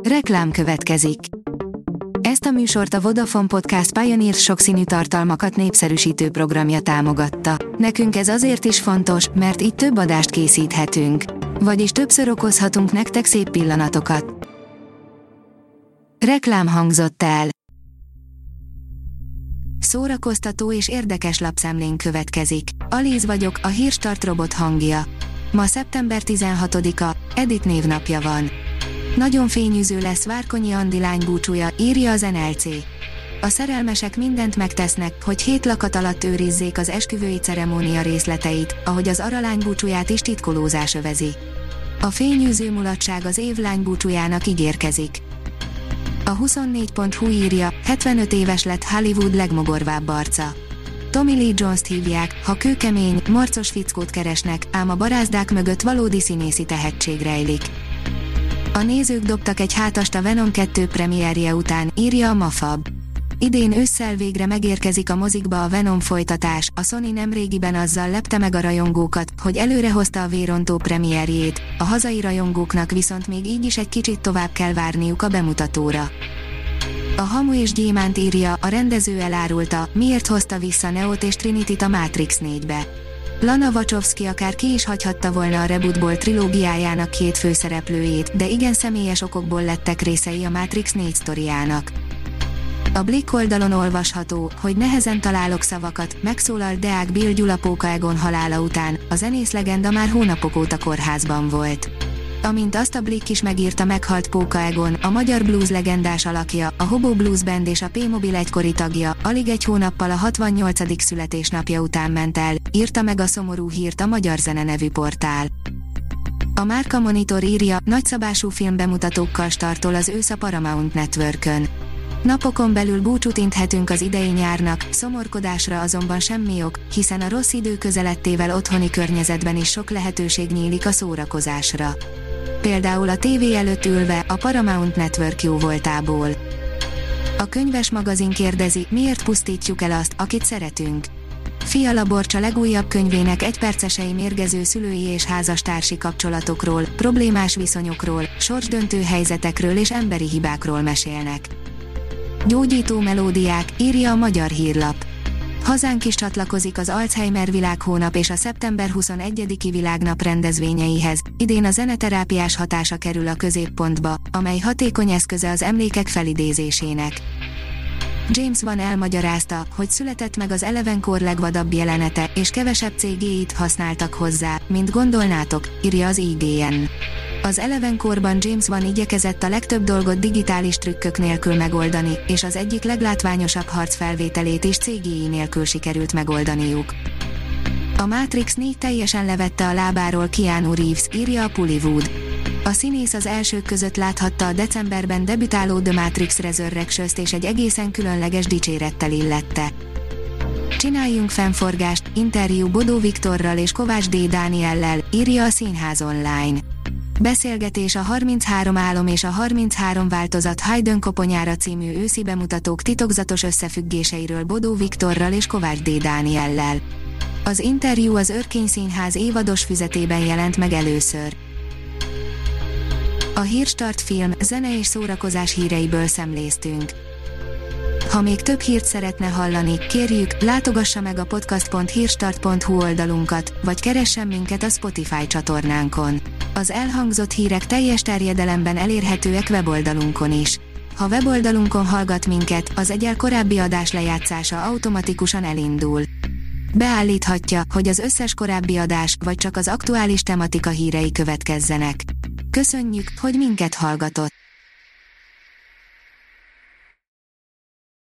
Reklám következik. Ezt a műsort a Vodafone Podcast Pioneer sokszínű tartalmakat népszerűsítő programja támogatta. Nekünk ez azért is fontos, mert így több adást készíthetünk. Vagyis többször okozhatunk nektek szép pillanatokat. Reklám hangzott el. Szórakoztató és érdekes lapszemlén következik. Alíz vagyok, a Hírstart robot hangja. Ma szeptember 16-a, Edith névnapja van. Nagyon fényűző lesz Várkonyi Andi lánybúcsúja, írja az NLC. A szerelmesek mindent megtesznek, hogy 7 lakat alatt őrizzék az esküvői ceremónia részleteit, ahogy az Ara lánybúcsúját is titkolózás övezi. A fényűző mulatság az év lánybúcsújának ígérkezik. A 24.hu írja, 75 éves lett Hollywood legmogorvább arca. Tommy Lee Jones-t hívják, ha kőkemény, marcos fickót keresnek, ám a barázdák mögött valódi színészi tehetség rejlik. A nézők dobtak egy hátast a Venom 2 premierje után, írja a Mafab. Idén ősszel végre megérkezik a mozikba a Venom folytatás, a Sony nemrégiben azzal lepte meg a rajongókat, hogy előrehozta a vérontó premierjét, a hazai rajongóknak viszont még így is egy kicsit tovább kell várniuk a bemutatóra. A Hamu és Gyémánt írja, a rendező elárulta, miért hozta vissza Neót és Trinityt a Matrix 4-be. Lana Wachowski akár ki is hagyhatta volna a rebootból trilógiájának 2 főszereplőjét, de igen személyes okokból lettek részei a Matrix 4 sztoriának. A Blick oldalon olvasható, hogy nehezen találok szavakat, megszólalt Deák Bill Gyula Póka Egon halála után, a zenész legenda már hónapok óta kórházban volt. Amint azt a Blick is megírta, meghalt Póka Egon, a magyar blues legendás alakja, a Hobo Blues Band és a P-Mobil egykori tagja, alig egy hónappal a 68. születésnapja után ment el, írta meg a szomorú hírt a Magyar Zene nevű portál. A Márka Monitor írja, nagyszabású filmbemutatókkal startol az ősz a Paramount Networkön. Napokon belül búcsút inthetünk az idei nyárnak, szomorkodásra azonban semmi ok, hiszen a rossz idő közelettével otthoni környezetben is sok lehetőség nyílik a szórakozásra. Például a tévé előtt ülve, a Paramount Network jóvoltából. A könyves magazin kérdezi, miért pusztítjuk el azt, akit szeretünk. Fiala Borcsa legújabb könyvének egypercesei mérgező szülői és házastársi kapcsolatokról, problémás viszonyokról, sorsdöntő helyzetekről és emberi hibákról mesélnek. Gyógyító melódiák, írja a Magyar Hírlap. Hazánk is csatlakozik az Alzheimer világhónap és a szeptember 21-i világnap rendezvényeihez, idén a zeneterápiás hatása kerül a középpontba, amely hatékony eszköze az emlékek felidézésének. James Wan elmagyarázta, hogy született meg az Eleven-kor legvadabb jelenete, és kevesebb CGI-t használtak hozzá, mint gondolnátok, írja az IGN. Az Eleven-korban James Wan igyekezett a legtöbb dolgot digitális trükkök nélkül megoldani, és az egyik leglátványosabb harcfelvételét is CGI nélkül sikerült megoldaniuk. A Matrix 4 teljesen levette a lábáról Keanu Reeves, írja a Pullywood. A színész az elsők között láthatta a decemberben debütáló The Matrix Resurrections-t és egy egészen különleges dicsérettel illette. Csináljunk fennforgást, interjú Bodó Viktorral és Kovács D. Dániellel, írja a Színház online. Beszélgetés a 33 álom és a 33 változat Haydn koponyára című őszi bemutatók titokzatos összefüggéseiről Bodó Viktorral és Kovács D. Dániellel. Az interjú az Örkény Színház évados füzetében jelent meg először. A Hírstart film, zene és szórakozás híreiből szemléztünk. Ha még több hírt szeretne hallani, kérjük, látogassa meg a podcast.hírstart.hu oldalunkat, vagy keressen minket a Spotify csatornánkon. Az elhangzott hírek teljes terjedelemben elérhetőek weboldalunkon is. Ha weboldalunkon hallgat minket, az egyel korábbi adás lejátszása automatikusan elindul. Beállíthatja, hogy az összes korábbi adás, vagy csak az aktuális tematika hírei következzenek. Köszönjük, hogy minket hallgatott!